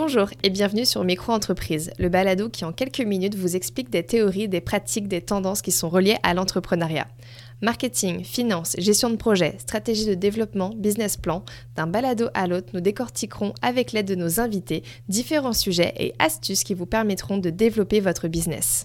Bonjour et bienvenue sur Micro-entreprise, le balado qui en quelques minutes vous explique des théories, des pratiques, des tendances qui sont reliées à l'entrepreneuriat. Marketing, finance, gestion de projet, stratégie de développement, business plan, d'un balado à l'autre, nous décortiquerons avec l'aide de nos invités différents sujets et astuces qui vous permettront de développer votre business.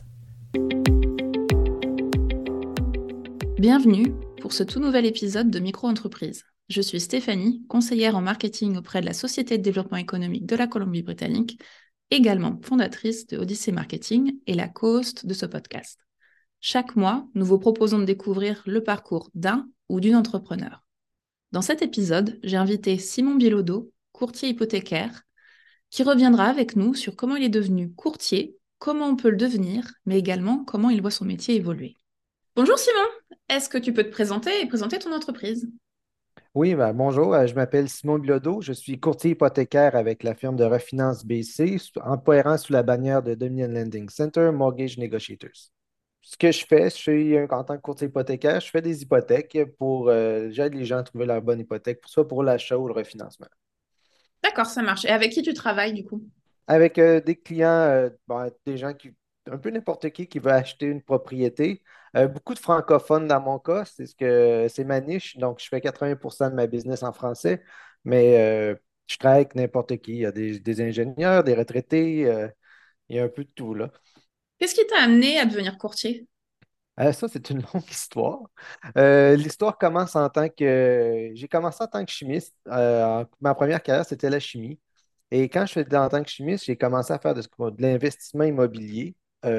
Bienvenue pour ce tout nouvel épisode de Micro-entreprise. Je suis Stéphanie, conseillère en marketing auprès de la Société de développement économique de la Colombie-Britannique, également fondatrice de Odyssey Marketing et la co-host de ce podcast. Chaque mois, nous vous proposons de découvrir le parcours d'un ou d'une entrepreneur. Dans cet épisode, j'ai invité Simon Bilodeau, courtier hypothécaire, qui reviendra avec nous sur comment il est devenu courtier, comment on peut le devenir, mais également comment il voit son métier évoluer. Bonjour Simon, est-ce que tu peux te présenter et présenter ton entreprise? Oui, bonjour, je m'appelle Simon Bilodeau, je suis courtier hypothécaire avec la firme de refinance BC, opérant sous la bannière de Dominion Lending Center Mortgage Negotiators. Ce que je suis en tant que courtier hypothécaire, je fais des hypothèques j'aide les gens à trouver leur bonne hypothèque, soit pour l'achat ou le refinancement. D'accord, ça marche. Et avec qui tu travailles du coup? Avec des clients, des gens un peu n'importe qui veut acheter une propriété. Beaucoup de francophones dans mon cas, c'est ma niche, donc je fais 80% de ma business en français, mais je travaille avec n'importe qui. Il y a des ingénieurs, des retraités, il y a un peu de tout là. Qu'est-ce qui t'a amené à devenir courtier? Ça, c'est une longue histoire. L'histoire commence en tant que... J'ai commencé en tant que chimiste. Ma première carrière, c'était la chimie. Et quand je faisais en tant que chimiste, j'ai commencé à faire de l'investissement immobilier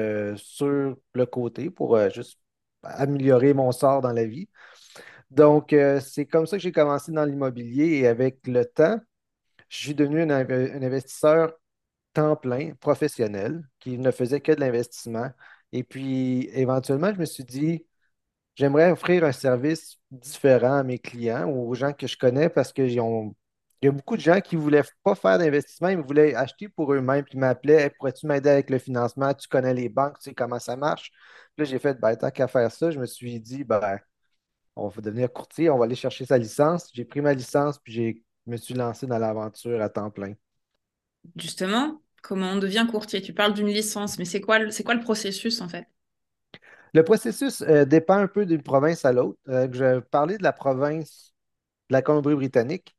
sur le côté pour juste améliorer mon sort dans la vie. Donc, c'est comme ça que j'ai commencé dans l'immobilier et avec le temps, je suis devenu un investisseur temps plein, professionnel, qui ne faisait que de l'investissement. Et puis, éventuellement, je me suis dit, j'aimerais offrir un service différent à mes clients ou aux gens que je connais parce il y a beaucoup de gens qui ne voulaient pas faire d'investissement, ils voulaient acheter pour eux-mêmes, puis ils m'appelaient: Hey, pourrais-tu m'aider avec le financement? Tu connais les banques, tu sais comment ça marche. Puis là, j'ai fait: ben, tant qu'à faire ça, je me suis dit: ben, on va devenir courtier, on va aller chercher sa licence. J'ai pris ma licence, puis je me suis lancé dans l'aventure à temps plein. Justement, comment on devient courtier? Tu parles d'une licence, mais c'est quoi le processus en fait? Le processus dépend un peu d'une province à l'autre. Je vais parler de la province de la Colombie-Britannique.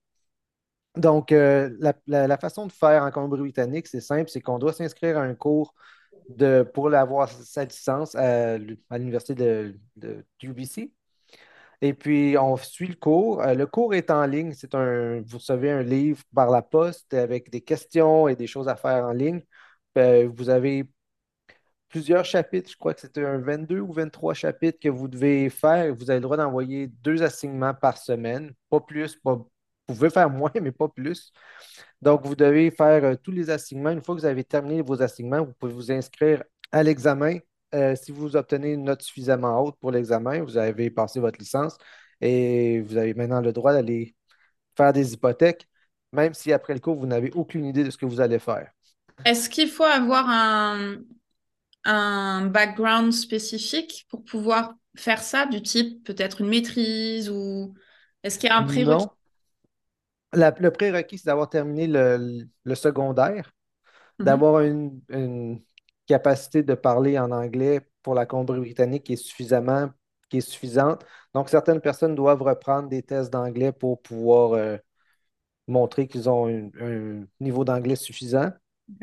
Donc, la façon de faire en Colombie-Britannique, c'est simple, c'est qu'on doit s'inscrire à un cours pour avoir sa licence à l'université de UBC. Et puis, on suit le cours. Le cours est en ligne. Vous recevez un livre par la poste avec des questions et des choses à faire en ligne. Vous avez plusieurs chapitres. Je crois que c'était un 22 ou 23 chapitres que vous devez faire. Vous avez le droit d'envoyer 2 assignements par semaine, pas plus. Vous pouvez faire moins, mais pas plus. Donc, vous devez faire tous les assignements. Une fois que vous avez terminé vos assignements, vous pouvez vous inscrire à l'examen. Si vous obtenez une note suffisamment haute pour l'examen, vous avez passé votre licence et vous avez maintenant le droit d'aller faire des hypothèques, même si après le cours, vous n'avez aucune idée de ce que vous allez faire. Est-ce qu'il faut avoir un background spécifique pour pouvoir faire ça, du type peut-être une maîtrise ou est-ce qu'il y a un prérequis? Non. Le prérequis, c'est d'avoir terminé le secondaire, Mhm. d'avoir une capacité de parler en anglais pour la Colombie-Britannique qui est suffisante. Donc, certaines personnes doivent reprendre des tests d'anglais pour pouvoir montrer qu'ils ont un niveau d'anglais suffisant.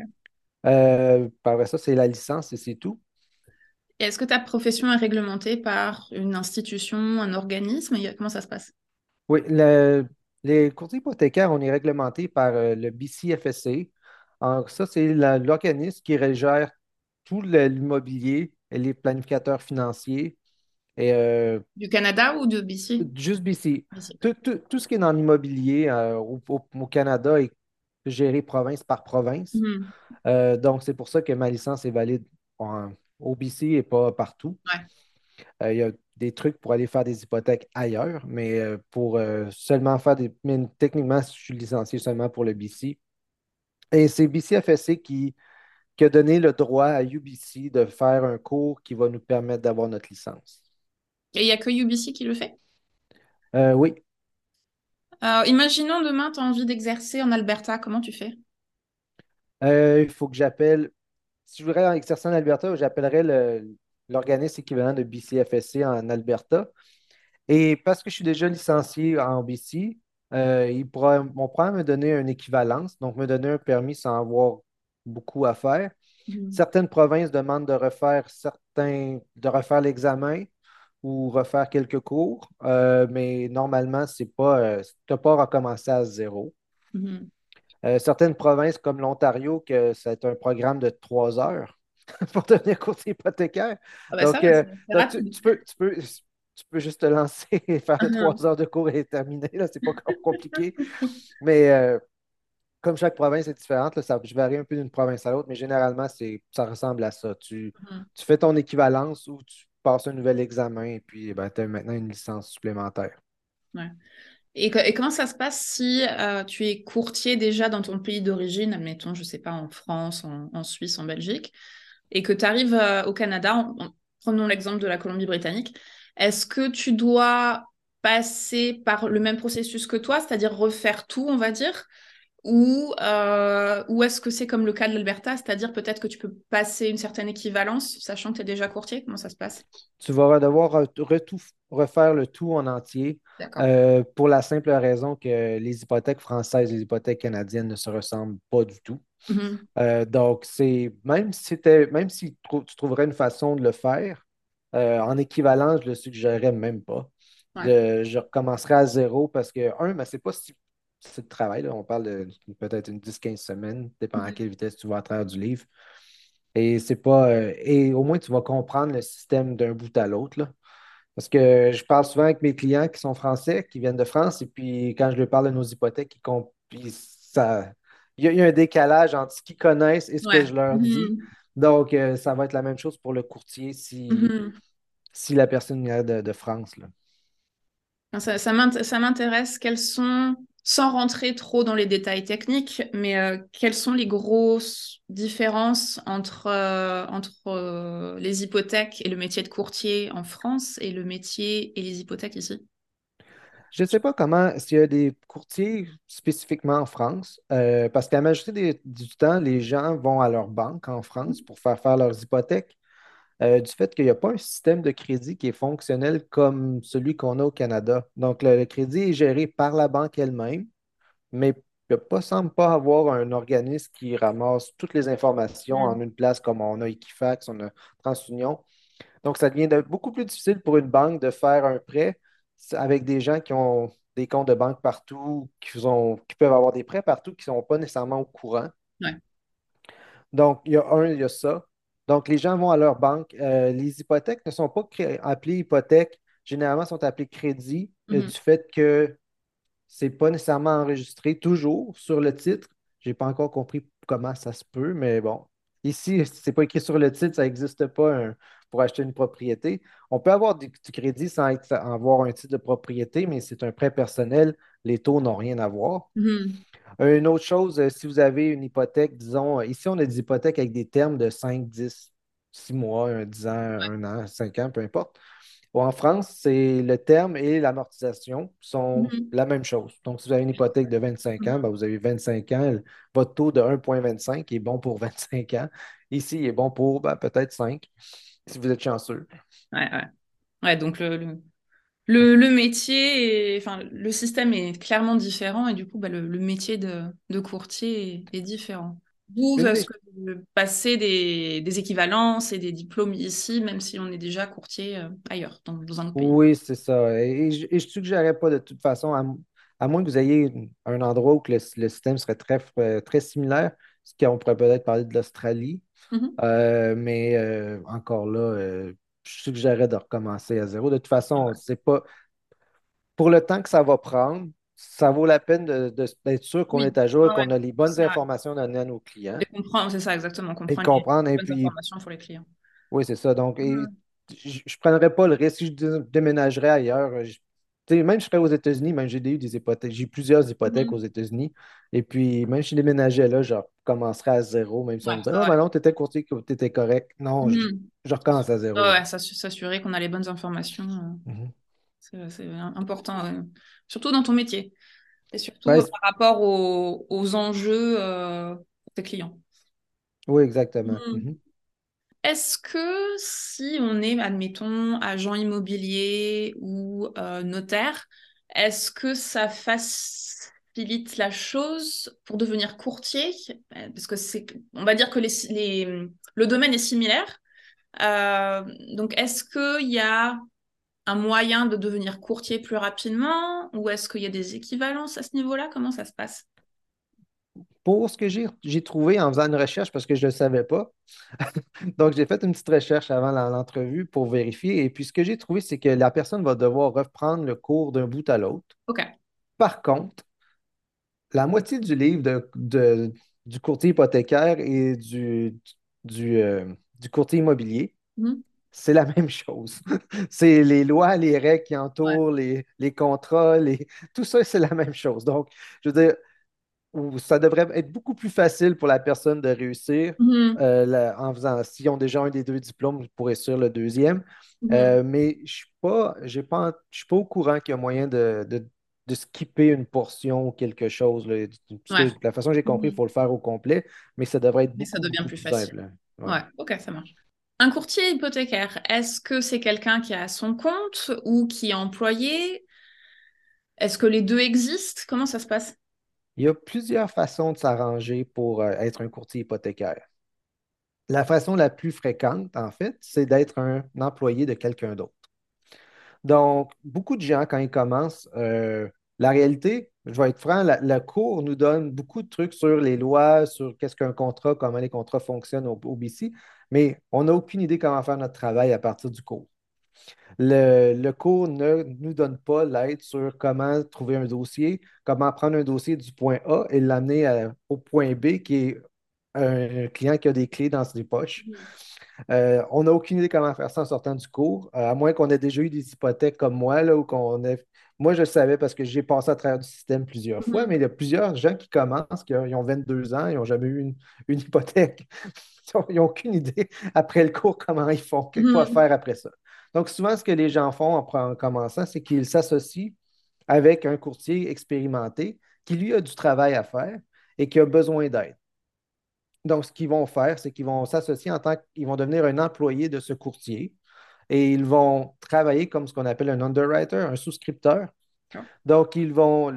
Par ça, c'est la licence et c'est tout. Et est-ce que ta profession est réglementée par une institution, un organisme? Comment ça se passe? Oui, les courtiers hypothécaires, on est réglementé par le BCFSA. Alors, ça, c'est l'organisme qui gère tout l'immobilier et les planificateurs financiers. Et Du Canada ou de BC? juste BC. BC. Tout ce qui est dans l'immobilier au Canada est géré province par province. Mhm. Donc, c'est pour ça que ma licence est valide au BC et pas partout. Ouais. Il y a des trucs pour aller faire des hypothèques ailleurs, mais pour seulement faire des. Mais techniquement, je suis licencié seulement pour le BC. Et c'est BCFSC qui a donné le droit à UBC de faire un cours qui va nous permettre d'avoir notre licence. Et il n'y a que UBC qui le fait? Oui. Imaginons demain, tu as envie d'exercer en Alberta, comment tu fais? Il faut que j'appelle, si je voudrais exercer en Alberta, j'appellerais l'organisme équivalent de BCFSC en Alberta. Et parce que je suis déjà licencié en BC, on pourra me donner une équivalence, donc me donner un permis sans avoir beaucoup à faire. Mhm. Certaines provinces demandent de refaire l'examen ou refaire quelques cours, mais normalement, tu n'as pas recommencé à zéro. Mhm. Certaines provinces comme l'Ontario, que c'est un programme de 3 heures pour devenir courtier hypothécaire. Ah bah ça Donc, va, c'est donc rapide. tu peux juste te lancer et faire les Mhm. 3 heures de cours et terminer. Là, c'est pas compliqué. Mais comme chaque province est différente, là, je varie un peu d'une province à l'autre, mais généralement, ça ressemble à ça. Mhm. Tu fais ton équivalence ou tu passes un nouvel examen et puis tu as maintenant une licence supplémentaire. Ouais. Et comment ça se passe si tu es courtier déjà dans ton pays d'origine, admettons, je sais pas, en France, en Suisse, en Belgique, et que tu arrives au Canada, prenons l'exemple de la Colombie-Britannique, est-ce que tu dois passer par le même processus que toi, c'est-à-dire refaire tout, on va dire, ou est-ce que c'est comme le cas de l'Alberta, c'est-à-dire peut-être que tu peux passer une certaine équivalence, sachant que tu es déjà courtier? Comment ça se passe? Tu vas devoir refaire le tout en entier D'accord. pour la simple raison que les hypothèques françaises et les hypothèques canadiennes ne se ressemblent pas du tout. Mhm. Donc, même si tu trouverais une façon de le faire, en équivalent, je ne le suggérerais même pas. Ouais. Je recommencerai à zéro parce que, ben, c'est pas si c'est de travail, là. On parle de peut-être une 10 15 semaines, dépendant à Mhm. quelle vitesse tu vas à travers du livre. Et c'est pas. Et au moins, tu vas comprendre le système d'un bout à l'autre, là. Parce que je parle souvent avec mes clients qui sont français, qui viennent de France, et puis quand je leur parle de nos hypothèques, il y a un décalage entre ce qu'ils connaissent et ce que Ouais. je leur dis. Mhm. Donc, ça va être la même chose pour le courtier Mhm. si la personne vient de France, là. Ça m'intéresse. Quelles sont, sans rentrer trop dans les détails techniques, mais quelles sont les grosses différences entre les hypothèques et le métier de courtier en France et le métier et les hypothèques ici? Je ne sais pas comment, s'il y a des courtiers spécifiquement en France, parce qu'à la majorité du temps, les gens vont à leur banque en France pour faire leurs hypothèques. Du fait qu'il n'y a pas un système de crédit qui est fonctionnel comme celui qu'on a au Canada. Donc, le crédit est géré par la banque elle-même, mais il ne semble pas avoir un organisme qui ramasse toutes les informations en Mhm. une place comme on a Equifax, on a TransUnion. Donc, ça devient beaucoup plus difficile pour une banque de faire un prêt avec des gens qui ont des comptes de banque partout, qui peuvent avoir des prêts partout, qui ne sont pas nécessairement au courant. Ouais. Donc, il y a ça. Donc, les gens vont à leur banque. Les hypothèques ne sont pas appelées hypothèques. Généralement, sont appelées crédit du Mhm. fait que c'est pas nécessairement enregistré toujours sur le titre. Je n'ai pas encore compris comment ça se peut, mais bon. Ici, si c'est pas écrit sur le titre, ça n'existe pas pour acheter une propriété. On peut avoir du crédit sans avoir un titre de propriété, mais c'est un prêt personnel. Les taux n'ont rien à voir. Mhm. Une autre chose, si vous avez une hypothèque, disons, ici, on a des hypothèques avec des termes de 5, 10, 6 mois, 10 ans, 1 an, 5 ans, peu importe. Ou en France, c'est le terme et l'amortisation sont Mhm. la même chose. Donc, si vous avez une hypothèque de 25 ans, ben, vous avez 25 ans, votre taux de 1,25 est bon pour 25 ans. Ici, il est bon pour peut-être 5, si vous êtes chanceux. Ouais, ouais. Ouais, donc le métier, enfin, le système est clairement différent et du coup, bah, le métier de courtier est différent. D'où Une ce des, que passer des équivalences et des diplômes ici, même si on est déjà courtier ailleurs, dans un autre pays. Oui, c'est ça. Et je suggérerais pas de toute façon, à moins que vous ayez un endroit où que le système serait très similaire, ce qu'on pourrait peut-être parler de l'Australie. Mhm. Mais encore là, je suggérerais de recommencer à zéro. De toute façon, c'est pas pour le temps que ça va prendre, ça vaut la peine d'être sûr qu'on Oui, est à jour et ouais, ouais, qu'on a les bonnes c'est vrai. informations à donner à nos clients De comprendre, c'est ça exactement, et de comprendre comprendre. les Et bonnes puis, informations pour les clients. oui, c'est ça. Donc, Mhm. je ne prendrais pas le risque. Si je déménagerais ailleurs, tu sais, même si je serais aux États-Unis, même eu des hypothèques, j'ai eu plusieurs hypothèques aux Mhm. États-Unis. Et puis, même si je déménageais là, je recommencerais à zéro, même si on Ouais, me disait, ouais, ah, ouais. ben non, tu étais courtier, tu étais correct. Non, Mhm. je recommence à Ouais, zéro, là. ouais, s'assurer qu'on a les bonnes informations, Mhm. c'est important, surtout dans ton métier et surtout Ben, par rapport aux enjeux pour tes clients. Oui, exactement. Hmm. Mhm. Est-ce que si on est, admettons, agent immobilier ou notaire, est-ce que ça facilite la chose pour devenir courtier? Parce que on va dire que le domaine est similaire. Euh, donc, est-ce qu'il y a un moyen de devenir courtier plus rapidement ou est-ce qu'il y a des équivalences à ce niveau-là? Comment ça se passe? Pour ce que j'ai trouvé en faisant une recherche, parce que je ne le savais pas, donc j'ai fait une petite recherche avant l'entrevue pour vérifier. Et puis ce que j'ai trouvé, c'est que la personne va devoir reprendre le cours d'un bout à l'autre. Ok. Par contre, la moitié du livre du courtier hypothécaire et du, euh, du courtier immobilier, Mhm. c'est la même chose. C'est les lois, les règles qui Ouais. entourent les contrats, tout ça, c'est la même chose. Donc, je veux dire, ça devrait être beaucoup plus facile pour la personne de réussir Mhm. en faisant, s'ils ont déjà un des deux diplômes, pour réussir le deuxième. Mhm. Mais je suis pas au courant qu'il y a moyen de skipper une portion ou quelque chose, là. Parce Ouais. que la façon que j'ai compris, il Mhm. faut le faire au complet, mais ça devrait être Mais ça beaucoup, devient beaucoup plus plus facile. simple, hein. Ouais. Ouais, ok, ça marche. Un courtier hypothécaire, est-ce que c'est quelqu'un qui a son compte ou qui est employé? Est-ce que les deux existent? Comment ça se passe? Il y a plusieurs façons de s'arranger pour être un courtier hypothécaire. La façon la plus fréquente, en fait, c'est d'être un employé de quelqu'un d'autre. Donc, beaucoup de gens, quand ils commencent, la réalité, je vais être franc, la Cour nous donne beaucoup de trucs sur les lois, sur qu'est-ce qu'un contrat, comment les contrats fonctionnent au BC, mais on n'a aucune idée comment faire notre travail à partir du cours. Le cours ne nous donne pas l'aide sur comment trouver un dossier, comment prendre un dossier du point A et l'amener au point B, qui est un client qui a des clés dans ses poches. Mhm. On n'a aucune idée comment faire ça en sortant du cours, à moins qu'on ait déjà eu des hypothèques comme moi, là, ou qu'on ait. Moi, je le savais parce que j'ai passé à travers du système plusieurs fois, mais Mhm. il y a plusieurs gens qui commencent, ils ont 22 ans, ils n'ont jamais eu une hypothèque. Ils n'ont aucune idée après le cours comment ils font, quoi Mhm. faire après ça. Donc, souvent, ce que les gens font en commençant, c'est qu'ils s'associent avec un courtier expérimenté qui, lui, a du travail à faire et qui a besoin d'aide. Donc, ce qu'ils vont faire, c'est qu'ils vont s'associer ils vont devenir un employé de ce courtier et ils vont travailler comme ce qu'on appelle un underwriter, un souscripteur. D'accord. Donc, ils vont,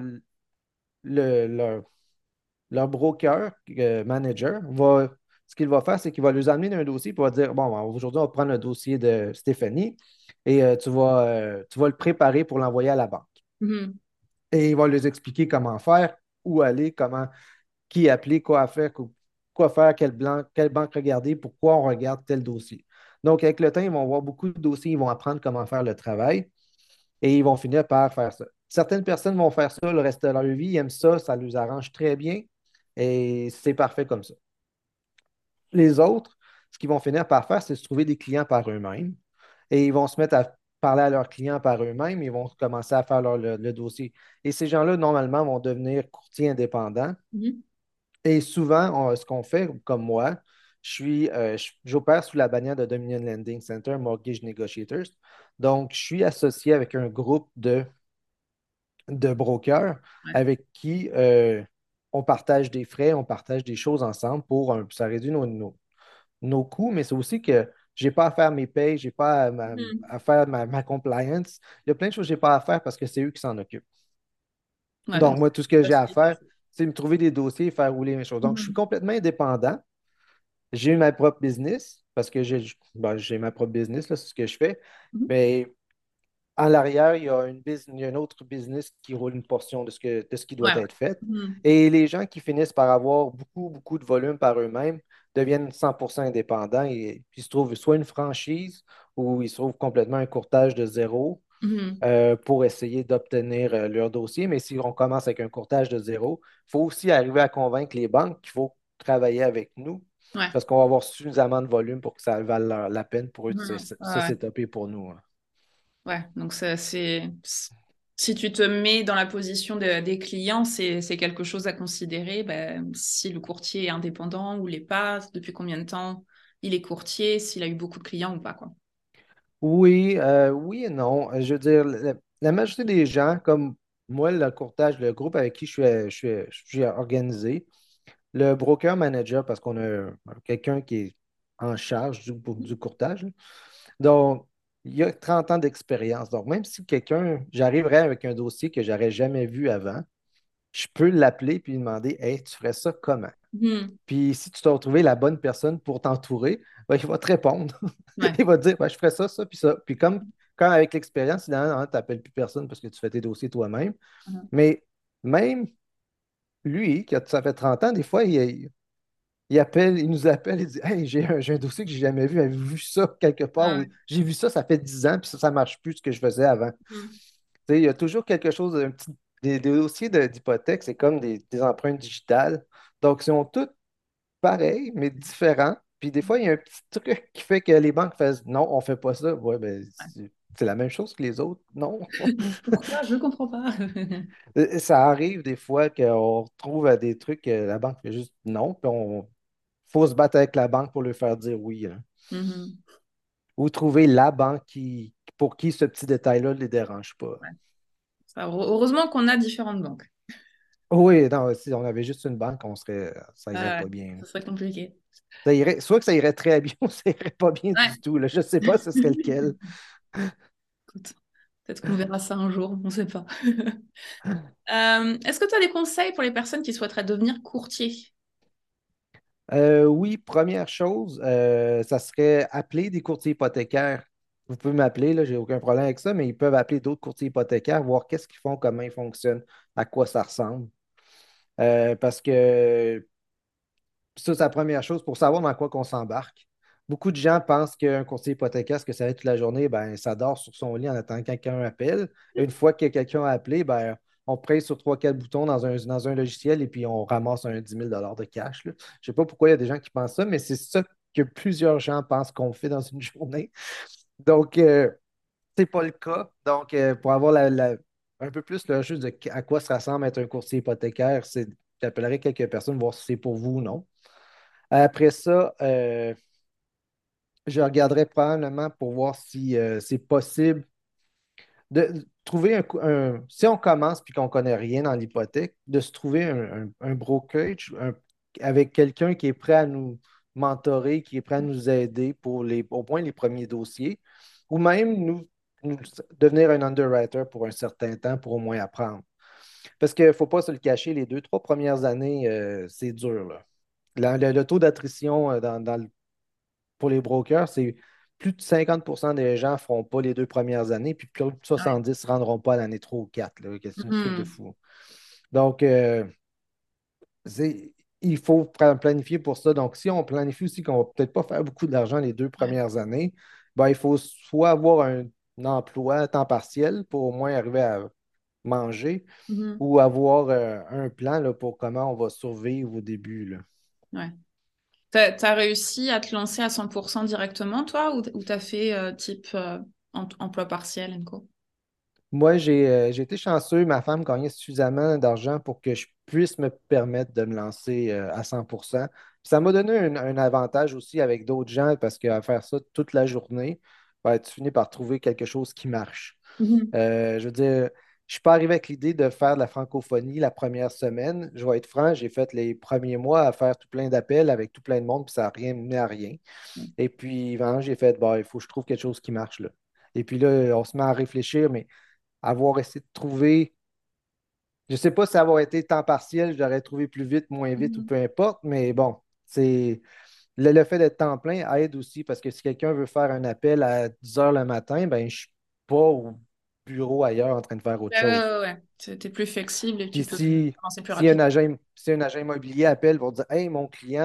leur broker, manager, ce qu'il va faire, c'est qu'il va les amener dans un dossier et va dire, bon, ben, aujourd'hui, on va prendre le dossier de Stéphanie et tu vas le préparer pour l'envoyer à la banque. Mhm. Et il va leur expliquer comment faire, où aller, qui appeler, quoi faire, quelle banque regarder, pourquoi on regarde tel dossier. Donc, avec le temps, ils vont voir beaucoup de dossiers, ils vont apprendre comment faire le travail et ils vont finir par faire ça. Certaines personnes vont faire ça le reste de leur vie, ils aiment ça, ça les arrange très bien et c'est parfait comme ça. Les autres, ce qu'ils vont finir par faire, c'est se trouver des clients par eux-mêmes et ils vont se mettre à parler à leurs clients par eux-mêmes, ils vont commencer à faire le dossier. Et ces gens-là, normalement, vont devenir courtiers indépendants. Mhm. Et souvent, ce qu'on fait, comme moi, j'opère sous la bannière de Dominion Lending Center, Mortgage Negotiators. Donc, je suis associé avec un groupe de brokers Ouais. avec qui on partage des frais, on partage des choses ensemble ça réduit nos coûts, mais c'est aussi que je n'ai pas à faire mes payes, je n'ai pas Mhm. à faire ma compliance. Il y a plein de choses que je n'ai pas à faire parce que c'est eux qui s'en occupent. Ouais, Donc, donc moi, tout ce que ça j'ai à facilite la faire, chose. c'est me trouver des dossiers et faire rouler mes choses. Donc, je suis Mhm. complètement indépendant. J'ai ma propre business parce que j'ai ma propre business, là, c'est ce que je fais. Mhm. Mais en l'arrière, il y a une autre business qui roule une portion de ce qui doit Ouais. être fait. Mhm. Et les gens qui finissent par avoir beaucoup, beaucoup de volume par eux-mêmes deviennent 100% indépendants et puis ils se trouvent soit une franchise ou ils se trouvent complètement un courtage de zéro Mhm. pour essayer d'obtenir leur dossier. Mais si on commence avec un courtage de zéro, il faut aussi arriver à convaincre les banques qu'il faut travailler avec nous Ouais. parce qu'on va avoir suffisamment de volume pour que ça vaille la peine pour eux de Mhm. se Ouais. setuper pour nous, hein. Ouais, donc si tu te mets dans la position des clients, c'est quelque chose à considérer. Ben, si le courtier est indépendant ou l'est pas, depuis combien de temps il est courtier, s'il a eu beaucoup de clients ou pas, quoi. Oui, oui et non. Je veux dire, la majorité des gens, comme moi, le courtage, le groupe avec qui je suis organisé, le broker manager, parce qu'on a quelqu'un qui est en charge du courtage. Là. Donc, il a 30 ans d'expérience. Donc, même si j'arriverais avec un dossier que j'aurais jamais vu avant, je peux l'appeler puis lui demander, Hey, tu ferais ça comment? Mhm. Puis si tu dois trouver la bonne personne pour t'entourer, ben, il va te répondre. Ouais. Il va te dire, ben, je ferais ça, ça, puis ça. Puis comme avec l'expérience, tu n'appelles plus personne parce que tu fais tes dossiers toi-même. Mhm. Mais même lui, ça fait 30 ans, des fois, il nous appelle, il dit Hey, j'ai un dossier que j'ai jamais vu. Avez-vous vu ça quelque part? Ah Ou ouais. j'ai vu ça, ça fait 10 ans, puis ça ne marche plus ce que je faisais avant. Mhm. Tu sais, il y a toujours quelque chose, des dossiers d'hypothèque, c'est comme des empreintes digitales. Donc, ils sont tous pareils, mais différents. Puis des fois, il y a un petit truc qui fait que les banques fassent non, on ne fait pas ça. Ouais, ben, Ouais. c'est la même chose que les autres. Non. Pourquoi? Je comprends pas. Ça arrive des fois qu'on retrouve à des trucs que la banque fait juste non, puis on faut se battre avec la banque pour lui faire dire oui, hein. Mhm. Ou trouver la banque pour qui ce petit détail-là ne les dérange pas. Ouais. Heureusement qu'on a différentes banques. Oui, non, si on avait juste une banque, ça irait Ouais, pas bien. Là. ça serait compliqué. Soit que ça irait très bien, ou ça irait pas bien Ouais. du tout. Là. Je ne sais pas ce serait lequel. Écoute, peut-être qu'on verra ça un jour, on ne sait pas. Est-ce que tu as des conseils pour les personnes qui souhaiteraient devenir courtier? Oui, première chose, ça serait appeler des courtiers hypothécaires. Vous pouvez m'appeler, là, j'ai aucun problème avec ça, mais ils peuvent appeler d'autres courtiers hypothécaires, voir qu'est-ce qu'ils font, comment ils fonctionnent, à quoi ça ressemble. Parce que ça, c'est la première chose pour savoir dans quoi qu'on s'embarque. Beaucoup de gens pensent qu'un courtier hypothécaire, ce que ça va être toute la journée, ben, ça dort sur son lit en attendant que quelqu'un appelle. Et une fois que quelqu'un a appelé, ben, on presse sur trois, quatre boutons dans un logiciel et puis on ramasse un 10 000 de cash. Là. Je ne sais pas pourquoi il y a des gens qui pensent ça, mais c'est ça que plusieurs gens pensent qu'on fait dans une journée. Donc, c'est pas le cas. Donc, pour avoir un peu plus le juste de à quoi ça ressemble être un courtier hypothécaire, j'appellerai quelques personnes, voir si c'est pour vous ou non. Après ça, je regarderai probablement pour voir si c'est possible de trouver si on commence puis qu'on ne connaît rien dans l'hypothèque, de se trouver un brokerage avec quelqu'un qui est prêt à nous mentorer, qui est prêt à nous aider pour au moins les premiers dossiers, ou même nous devenir un underwriter pour un certain temps pour au moins apprendre. Parce qu'il ne faut pas se le cacher, les 2, 3 premières années, c'est dur, là. Le taux d'attrition pour les brokers, c'est plus de 50% des gens ne feront pas les 2 premières années, puis plus de Ouais. 70 ne se rendront pas à l'année 3 ou 4. Là. C'est un truc de Mhm. fou. Donc, il faut planifier pour ça. Donc, si on planifie aussi qu'on ne va peut-être pas faire beaucoup d'argent les deux Ouais. premières années, ben, il faut soit avoir un emploi à temps partiel pour au moins arriver à manger Mhm. ou avoir un plan là, pour comment on va survivre au début. Là. Ouais. T'as réussi à te lancer à 100% directement, toi, ou t'as fait type emploi partiel, and co? Moi, j'ai été chanceux. Ma femme gagnait suffisamment d'argent pour que je puisse me permettre de me lancer à 100%. Ça m'a donné un avantage aussi avec d'autres gens parce qu'à faire ça toute la journée, ben, tu finis par trouver quelque chose qui marche. Mhm. Je veux dire, je ne suis pas arrivé avec l'idée de faire de la francophonie la première semaine. Je vais être franc, j'ai fait les premiers mois à faire tout plein d'appels avec tout plein de monde, puis ça n'a rien mené à rien. Et puis, vraiment, j'ai fait, bon, il faut que je trouve quelque chose qui marche là. Et puis là, on se met à réfléchir, mais avoir essayé de trouver, je ne sais pas si avoir été temps partiel, je l'aurais trouvé plus vite, moins vite ou Mhm. peu importe, mais bon, c'est le fait d'être temps plein aide aussi parce que si quelqu'un veut faire un appel à 10 heures le matin, ben, je ne suis pas au bureau ailleurs en train de faire autre Ouais, ouais, chose. ouais, ouais. T'es plus flexible et Puis tu peux si, avancer plus si un rapidement. agent, si un agent immobilier appelle pour dire Hey, mon client,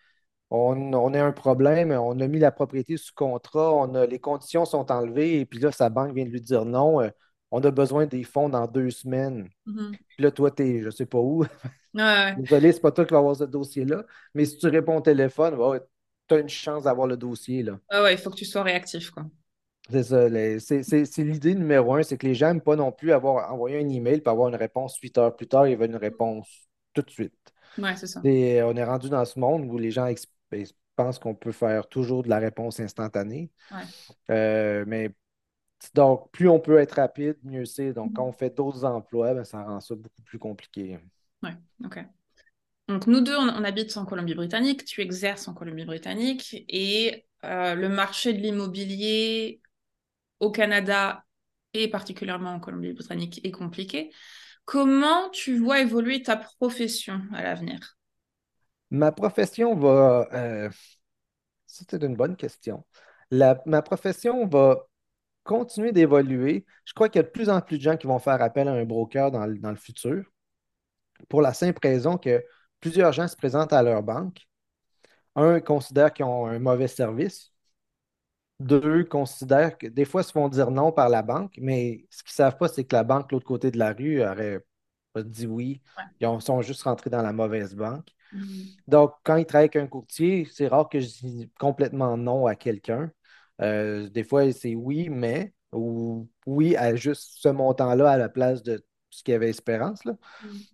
on a un problème, on a mis la propriété sous contrat, les conditions sont enlevées, et puis là, sa banque vient de lui dire non, on a besoin des fonds dans 2 semaines. Mhm. Puis là, toi, t'es, je sais pas où. Ouais, ouais. Désolé, c'est pas toi qui vas avoir ce dossier-là. Mais si tu réponds au téléphone, tu as une chance d'avoir le dossier, là. Ouais, ouais, il faut que tu sois réactif, quoi. C'est ça. C'est l'idée numéro un, c'est que les gens n'aiment pas non plus avoir envoyé un email pour avoir une réponse 8 heures plus tard, ils veulent une réponse tout de suite. Ouais, c'est ça. On est rendu dans ce monde où les gens pensent qu'on peut faire toujours de la réponse instantanée. Ouais. Mais donc, plus on peut être rapide, mieux c'est. Donc, quand Mhm. on fait d'autres emplois, ben, ça rend ça beaucoup plus compliqué. Ouais, ok. Donc, nous deux, on habite en Colombie-Britannique, tu exerces en Colombie-Britannique et le marché de l'immobilier au Canada et particulièrement en Colombie-Britannique est compliqué. Comment tu vois évoluer ta profession à l'avenir? Ma profession va... c'était une bonne question. Ma profession va continuer d'évoluer. Je crois qu'il y a de plus en plus de gens qui vont faire appel à un broker dans le futur, pour la simple raison que plusieurs gens se présentent à leur banque. Un, considère qu'ils ont un mauvais service. Deux, considèrent que des fois, ils se font dire non par la banque, mais ce qu'ils ne savent pas, c'est que la banque, de l'autre côté de la rue, aurait pas dit oui. Sont juste rentrés dans la mauvaise banque. Mhm. Donc, quand ils travaillent avec un courtier, c'est rare que je dise complètement non à quelqu'un. Des fois, c'est oui, mais, ou oui à juste ce montant-là à la place de ce qu'il y avait espérance, là. Mhm.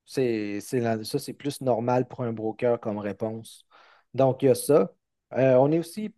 Ça, c'est plus normal pour un broker comme réponse. Donc, il y a ça. On est aussi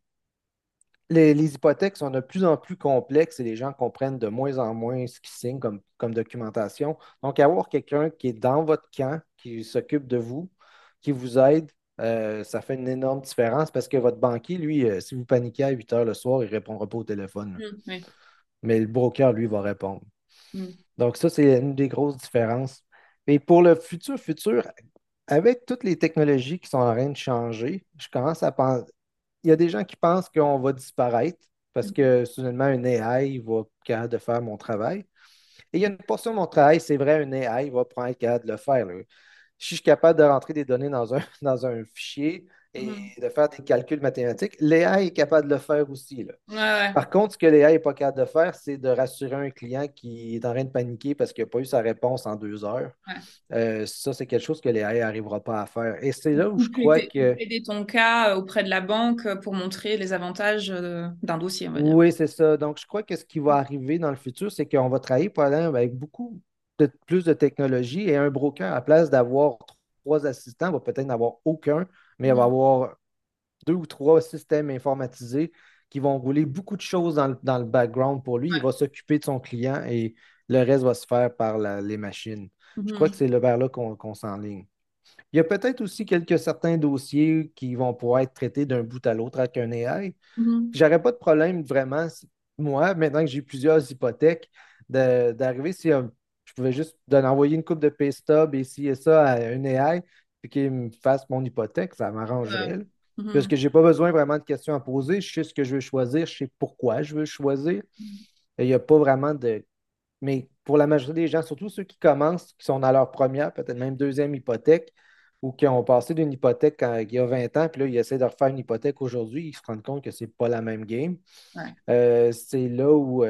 les hypothèques sont de plus en plus complexes et les gens comprennent de moins en moins ce qu'ils signent comme documentation. Donc, avoir quelqu'un qui est dans votre camp, qui s'occupe de vous, qui vous aide, ça fait une énorme différence parce que votre banquier, lui, si vous paniquez à 8 heures le soir, il ne répondra pas au téléphone. Mhm. Oui. Mais le broker, lui, va répondre. Mhm. Donc, ça, c'est une des grosses différences. Et pour le futur, avec toutes les technologies qui sont en train de changer, je commence à penser, il y a des gens qui pensent qu'on va disparaître parce que soudainement, un AI va être capable de faire mon travail. Et il y a une portion de mon travail, c'est vrai, un AI va prendre être capable de le faire, là. Si je suis capable de rentrer des données dans un fichier et Mhm. de faire des calculs mathématiques, l'AI est capable de le faire aussi, là. Ouais, ouais, Par contre, ce que l'AI n'est pas capable de faire, c'est de rassurer un client qui est en train de paniquer parce qu'il n'a pas eu sa réponse en 2 heures. ouais. Ça, c'est quelque chose que l'AI n'arrivera pas à faire. Et c'est là où Ou je crois ou que plaider ton cas auprès de la banque pour montrer les avantages d'un dossier, on va dire. oui, c'est ça. Donc, je crois que ce qui va arriver dans le futur, c'est qu'on va travailler probablement avec beaucoup plus de technologie et un broker, à la place d'avoir trois assistants, va peut-être n'avoir aucun, mais il va Mhm. avoir deux ou trois systèmes informatisés qui vont rouler beaucoup de choses dans le background pour lui. Il Ouais. va s'occuper de son client et le reste va se faire par les machines. Je crois que Mhm. c'est vers là qu'on s'enligne. Il y a peut-être aussi certains dossiers qui vont pouvoir être traités d'un bout à l'autre avec un AI. Mhm. J'aurais pas de problème vraiment, moi, maintenant que j'ai plusieurs hypothèques, d'arriver si je pouvais juste envoyer une coupe de pay stub et ci et ça à un AI, puis qu'il me fasse mon hypothèque, ça Ouais. m'arrangerait, là. Parce Mhm. que j'ai pas besoin vraiment de questions à poser, je sais ce que je veux choisir, je sais pourquoi je veux choisir. Et il n'y a pas vraiment de. Mais pour la majorité des gens, surtout ceux qui commencent, qui sont dans leur première, peut-être même deuxième hypothèque, ou qui ont passé d'une hypothèque il y a 20 ans, puis là, ils essaient de refaire une hypothèque aujourd'hui, ils se rendent compte que c'est pas la même game. Ouais. C'est là où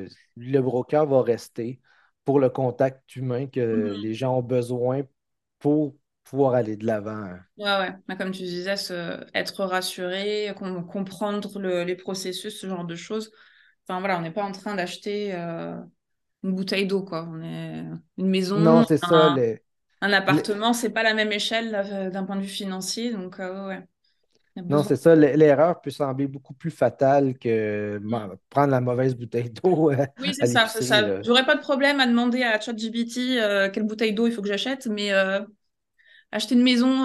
le broker va rester pour le contact humain que Mhm. les gens ont besoin pour pouvoir aller de l'avant. Ouais, ouais. Mais comme tu disais, être rassuré, comprendre les processus, ce genre de choses. Enfin voilà, on n'est pas en train d'acheter une bouteille d'eau, quoi. On est une Non, maison, c'est ça. un Le- appartement, c'est pas la même échelle d'un point de vue financier, donc ouais, ouais. Il y a non, besoin. c'est ça. L'erreur peut sembler beaucoup plus fatale que Mm. prendre la mauvaise bouteille d'eau Oui, à c'est ça, c'est l'épicerie, ça. là. J'aurais pas de problème à demander à ChatGPT quelle bouteille d'eau il faut que j'achète, mais acheter une maison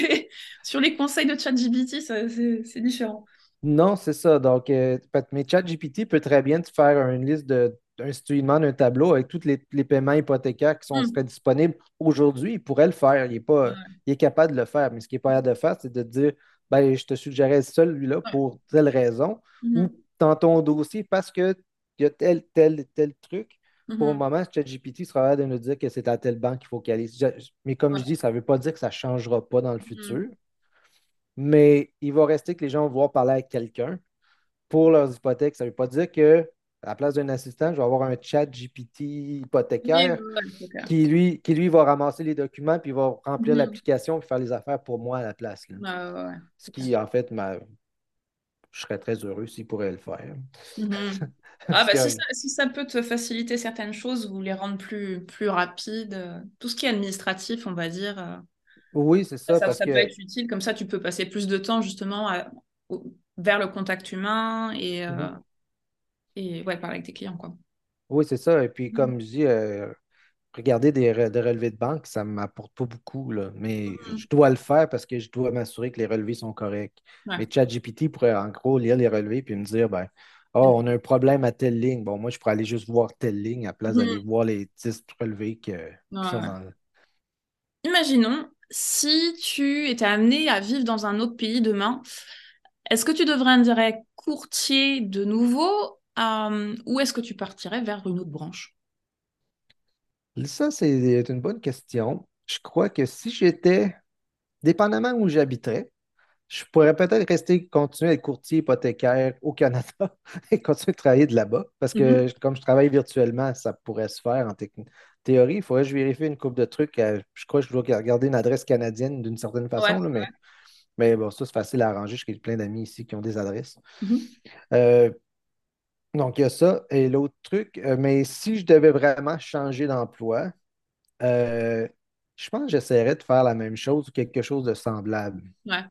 sur les conseils de ChatGPT, c'est différent. Non, c'est ça. Donc, mais ChatGPT peut très bien te faire une liste si tu lui demandes un tableau avec tous les paiements hypothécaires Mm. seraient disponibles aujourd'hui. Il pourrait le faire. Ouais. Il est capable de le faire. Mais ce qu'il n'est pas capable de faire, c'est de te dire, ben, je te suggérais celui-là Ouais. pour telle raison ou Mhm. dans ton dossier parce que il y a tel truc. Pour le Mhm. moment, ChatGPT sera capable de nous dire que c'est à telle banque qu'il faut qu'elle aille. Mais comme je dis, Ouais. ça ne veut pas dire que ça ne changera pas dans le Mhm. futur. Mais il va rester que les gens vont pouvoir parler avec quelqu'un pour leurs hypothèques. Ça ne veut pas dire que, à la place d'un assistant, je vais avoir un chat GPT Oui, hypothécaire ouais, ouais, c'est clair. qui lui va ramasser les documents puis il va remplir Mhm. l'application et faire les affaires pour moi à la place, là. Ouais, ouais, ouais, Ce c'est clair. qui, en fait, je serais très heureux s'il pourrait le faire. Mhm. Ah, Parce bah, que, si ça peut te faciliter certaines choses ou les rendre plus rapides, tout ce qui est administratif, on va dire, oui, c'est ça, parce ça peut que être utile. Comme ça, tu peux passer plus de temps justement vers le contact humain mhm. et ouais, parler avec tes clients, quoi. Oui, c'est ça. Et puis, Mhm. comme je dis, regarder des relevés de banque, ça ne m'apporte pas beaucoup, là. Mais Mhm. je dois le faire parce que je dois m'assurer que les relevés sont corrects. Ouais. Mais ChatGPT pourrait en gros lire les relevés puis me dire, ben, oh, on a un problème à telle ligne. Bon, moi, je pourrais aller juste voir telle ligne à place d'aller Mhm. voir les 10 relevés Ouais, qui sont ouais. dans le. Imaginons, si tu étais amené à vivre dans un autre pays demain, est-ce que tu deviendrais courtier de nouveau, ou est-ce que tu partirais vers une autre branche? Ça, c'est une bonne question. Je crois que si j'étais, dépendamment où j'habiterais, je pourrais peut-être continuer à être courtier hypothécaire au Canada et continuer de travailler de là-bas. Parce Mhm. que comme je travaille virtuellement, ça pourrait se faire en théorie. Il faudrait que je vérifie une couple de trucs. Je crois que je dois garder une adresse canadienne d'une certaine Ouais. façon, là, mais bon, ça, c'est facile à arranger. J'ai plein d'amis ici qui ont des adresses. Mhm. Euh, donc, il y a ça. Et l'autre truc, mais si je devais vraiment changer d'emploi, euh, je pense que j'essaierais de faire la même chose ou quelque chose de semblable. Ouais.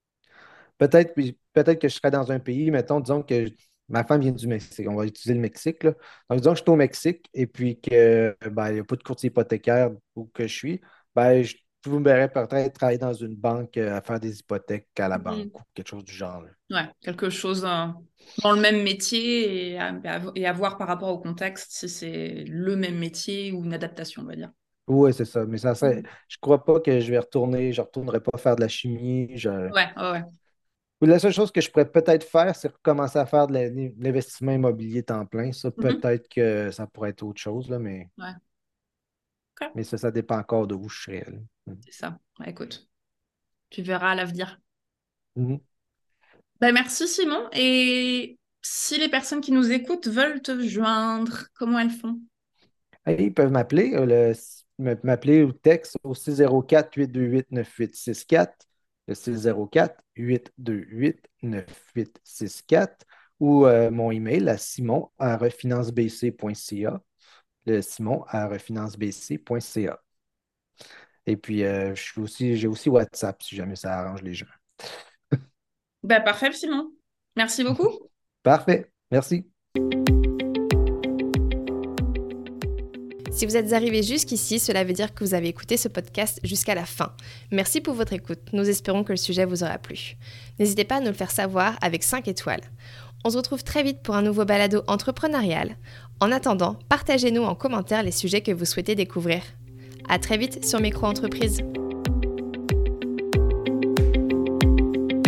Peut-être que je serais dans un pays, mettons, disons que ma femme vient du Mexique. On va utiliser le Mexique, là. Donc, disons que je suis au Mexique et puis que ben, il n'y a pas de courtier hypothécaire où que je suis. Ben, je vous verrais peut-être travailler dans une banque à faire des hypothèques à la banque Mhm. ou quelque chose du genre, là. Ouais, quelque chose dans le même métier et à voir par rapport au contexte si c'est le même métier ou une adaptation, on va dire. Oui, c'est ça. Mais ça serait, Mhm. je crois pas que je retournerai pas faire de la chimie. Ouais, ouais, ouais. Ou la seule chose que je pourrais peut-être faire, c'est recommencer à faire de l'investissement immobilier temps plein. Ça, Mhm. peut-être que ça pourrait être autre chose, là, Ouais, ok, mais ça dépend encore de où je serais, là. c'est ça. Ouais, écoute, tu verras à l'avenir. Mhm. Ben, merci Simon. Et si les personnes qui nous écoutent veulent te joindre, comment elles font? Hey, ils peuvent m'appeler, m'appeler ou texte au 604-828-9864, le 604-828-9864, ou mon email à simon@financebc.ca, le simon@financebc.ca. Et puis, j'ai aussi WhatsApp si jamais ça arrange les gens. Ben, parfait Simon. Merci beaucoup. Parfait. Merci. Si vous êtes arrivé jusqu'ici, cela veut dire que vous avez écouté ce podcast jusqu'à la fin. Merci pour votre écoute. Nous espérons que le sujet vous aura plu. N'hésitez pas à nous le faire savoir avec 5 étoiles. On se retrouve très vite pour un nouveau balado entrepreneurial. En attendant, partagez-nous en commentaire les sujets que vous souhaitez découvrir. À très vite sur Micro-entreprise.